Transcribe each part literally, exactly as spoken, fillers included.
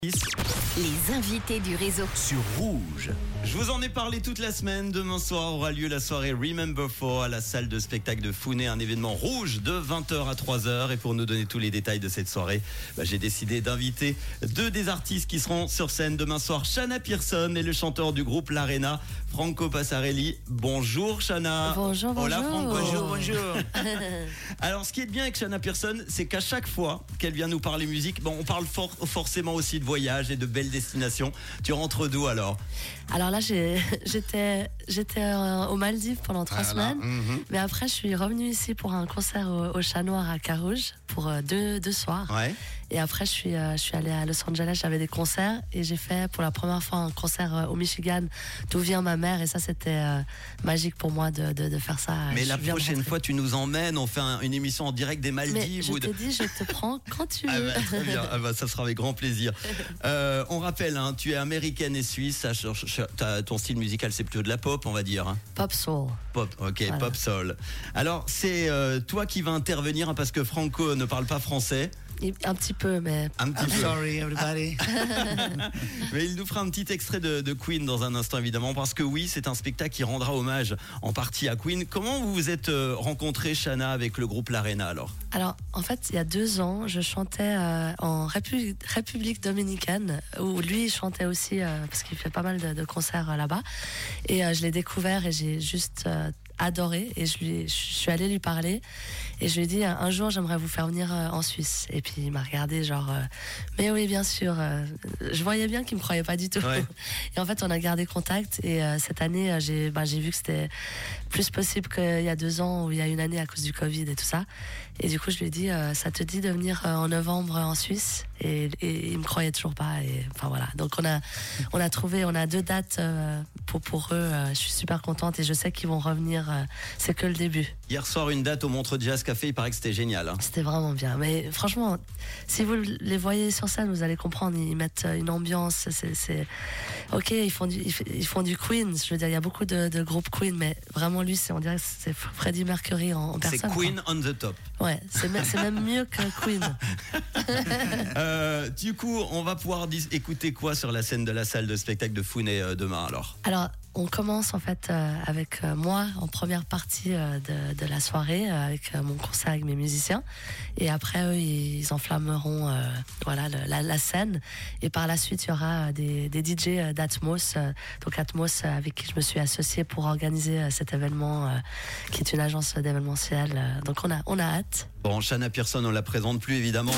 Les invités du réseau sur Rouge. Je vous en ai parlé toute la semaine. Demain soir aura lieu la soirée Remember four à la salle de spectacle de Founé, un événement rouge de vingt heures à trois heures. Et pour nous donner tous les détails de cette soirée, bah, j'ai décidé d'inviter deux des artistes qui seront sur scène demain soir. Shanna Pearson et le chanteur du groupe L'Arena, Franco Passarelli. Bonjour Shanna. Bonjour, bonjour. Hola Franco. Bonjour, bonjour. Alors ce qui est bien avec Shanna Pearson, c'est qu'à chaque fois qu'elle vient nous parler musique, bon, on parle for- forcément aussi de voyage et de belles destinations. Tu rentres d'où alors? Alors là, j'ai, j'étais, j'étais euh, aux Maldives pendant trois Voilà. semaines, Mhm. mais après, je suis revenue ici pour un concert au, au Chat Noir à Carouge pour euh, deux, deux soirs. Ouais. Et après, je suis, euh, je suis allée à Los Angeles, j'avais des concerts et j'ai fait pour la première fois un concert euh, au Michigan, d'où vient ma mère. Et ça, c'était euh, magique pour moi de, de, de faire ça. Mais Je la viens de prochaine rentrer. fois, tu nous emmènes, on fait un- une émission en direct des Mais Maldives. je ou de... t'ai dit, je te prends quand tu Ah veux. bah, très bien, ah bah, ça sera avec grand plaisir. Euh, on rappelle, hein, tu es américaine et suisse. Ça, ch- ch- t'as- ton style musical, c'est plutôt de la pop, on va dire. hein. Pop soul. Pop, ok, Voilà. pop soul. Alors, c'est euh, toi qui vas intervenir hein, parce que Franco ne parle pas français. Et un petit peu, mais Un petit I'm peu. sorry, everybody. Mais il nous fera un petit extrait de, de Queen dans un instant, évidemment, parce que oui, c'est un spectacle qui rendra hommage en partie à Queen. Comment vous vous êtes euh, rencontré, Shanna, avec le groupe L'Arena alors? Alors, en fait, il y a deux ans, je chantais euh, en Répu- République dominicaine, où lui il chantait aussi, euh, parce qu'il fait pas mal de, de concerts euh, là-bas. Et euh, je l'ai découvert et j'ai juste euh, adoré. Et je, lui, je suis allée lui parler. Et je lui ai dit, un un jour, j'aimerais vous faire venir euh, en Suisse. Et puis, il m'a regardé genre, euh, mais oui, bien sûr. euh, je voyais bien qu'il me croyait pas du tout. Ouais. Et en fait, on a gardé contact. Et euh, cette année, euh, j'ai, bah, j'ai vu que c'était plus possible qu'il y a deux ans ou il y a une année à cause du Covid et tout ça. Et du coup, je lui ai dit, euh, ça te dit de venir euh, en novembre en Suisse? Et, et il me croyait toujours pas. Et enfin voilà. Donc on a, on a trouvé, on a deux dates euh, pour pour eux. Euh, je suis super contente et je sais qu'ils vont revenir. euh, c'est que le début. Hier soir, une date au Montreux Jazz Café, il paraît que c'était génial. hein. C'était vraiment bien. Mais franchement, si vous les voyez sur scène, vous allez comprendre. Ils mettent une ambiance. C'est, c'est... ok. Ils font du, ils f- ils font du Queen. Je veux dire, il y a beaucoup de, de groupes Queen, mais vraiment lui, c'est on dirait que c'est Freddie Mercury en, en C'est personne. Queen on the top. quoi. Ouais, c'est, me- c'est même mieux que Queen. Euh, du coup, on va pouvoir dis- écouter quoi sur la scène de la salle de spectacle de Founé euh, demain alors? Alors, on commence en fait euh, avec euh, moi en première partie euh, de, de la soirée euh, avec euh, mon concert avec mes musiciens et après eux ils enflammeront euh, voilà le- la, la scène et par la suite il y aura euh, des, des D J euh, d'Atmos euh, donc Atmos euh, avec qui je me suis associée pour organiser euh, cet événement euh, qui est une agence d'événementiel euh, donc on a on a hâte. Bon, Shanna Pearson, on la présente plus évidemment.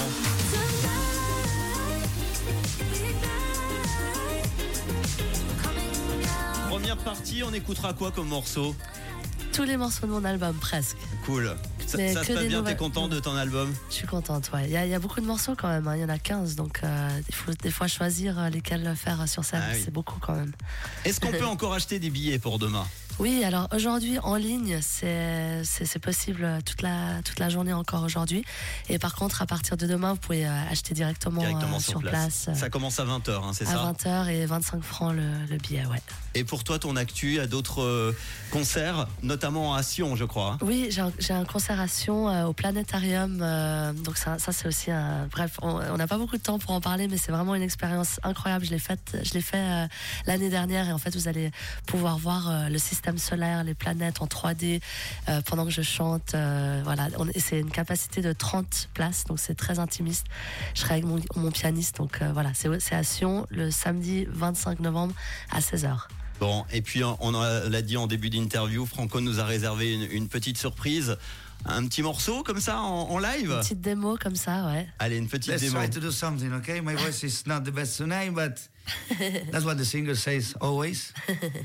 Première partie, on écoutera quoi comme morceau? Tous les morceaux de mon album presque. Cool. Ça, Mais ça se que passe des bien, t'es nouvelles- content de ton album? Je suis contente, ouais. Il y, a- il y a beaucoup de morceaux quand même, hein. Il y en a quinze, donc euh, il faut des fois choisir euh, lesquels faire sur scène. Ah oui. C'est beaucoup quand même. Est-ce qu'on peut encore acheter des billets pour demain? Oui, alors aujourd'hui en ligne, c'est, c'est, c'est possible toute la, toute la journée encore aujourd'hui. Et par contre, à partir de demain, vous pouvez euh, acheter directement, Directement euh, sur, sur place, euh, Ça commence à vingt heures, hein, c'est à ça? vingt heures et vingt-cinq francs le, le billet, ouais. Et pour toi, ton actu, à d'autres euh, concerts, notamment à Sion, je crois. hein? Oui, j'ai un, j'ai un concert à Sion euh, au Planétarium. euh, donc ça, ça c'est aussi un. Bref, on on n'a pas beaucoup de temps pour en parler, mais c'est vraiment une expérience incroyable. Je l'ai faite, je l'ai fait euh, l'année dernière, et en fait, vous allez pouvoir voir euh, le système solaire, les planètes en trois D euh, pendant que je chante. euh, voilà, on- et c'est une capacité de trente places, donc c'est très intimiste. Je serai avec mon, mon pianiste, donc euh, voilà, c'est, c'est à Sion le samedi vingt-cinq novembre à seize heures. Bon, et puis on a- l'a dit en début d'interview, Franco nous a réservé une, une petite surprise. Un petit morceau comme ça en, en live? Une petite démo comme ça, ouais. Allez, une petite Let's démo. try to do something, okay? My voice is not the best tonight, but that's what the singer says always.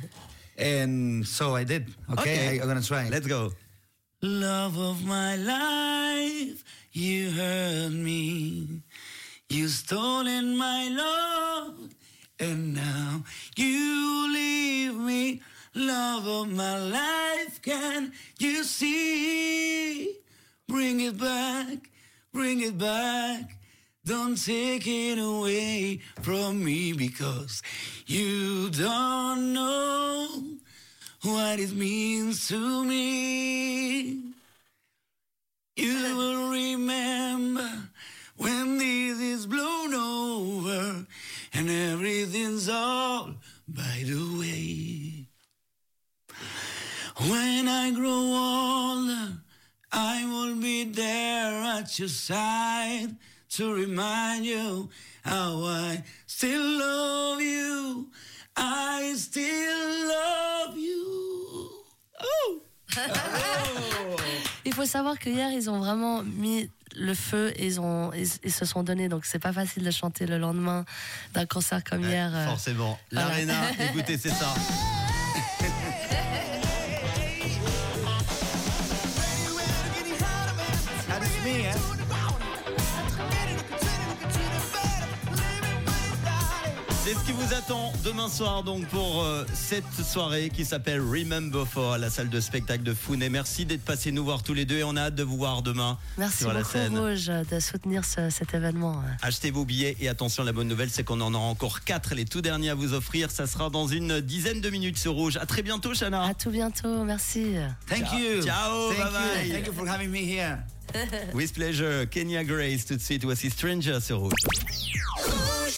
And so I did, okay? Okay. I, I'm gonna try. Let's go. Love of my life, you hurt me. You stolen my love, and now you leave me. Love of my life, can you see? Bring it back, bring it back. Don't take it away from me, because you don't know what it means to me. You will remember when this is blown over. and everything's all by the way. When I grow older, I will be there at your side to remind you how I still love you. I still love you. Oh! Il faut savoir que hier ils ont vraiment mis le feu et ils, ont, ils, ils se sont donnés, donc c'est pas facile de chanter le lendemain d'un concert comme Ouais, hier. Forcément. Voilà. L'Arena, écoutez, c'est ça. That's me, hein? C'est ce qui vous attend demain soir donc pour euh, cette soirée qui s'appelle Remember For à la salle de spectacle de Founé. Merci d'être passé nous voir tous les deux et on a hâte de vous voir demain Merci sur la beaucoup scène. Rouge de soutenir ce, cet événement. Achetez vos billets et attention, la bonne nouvelle c'est qu'on en aura encore quatre, les tout derniers à vous offrir. Ça sera dans une dizaine de minutes sur Rouge. À très bientôt, Chana. À tout bientôt, merci. Thank Ciao. you. Ciao, Thank bye bye. you. Thank you for having me here. With pleasure. Kenya Grace, tout de suite, voici Stranger sur Rouge.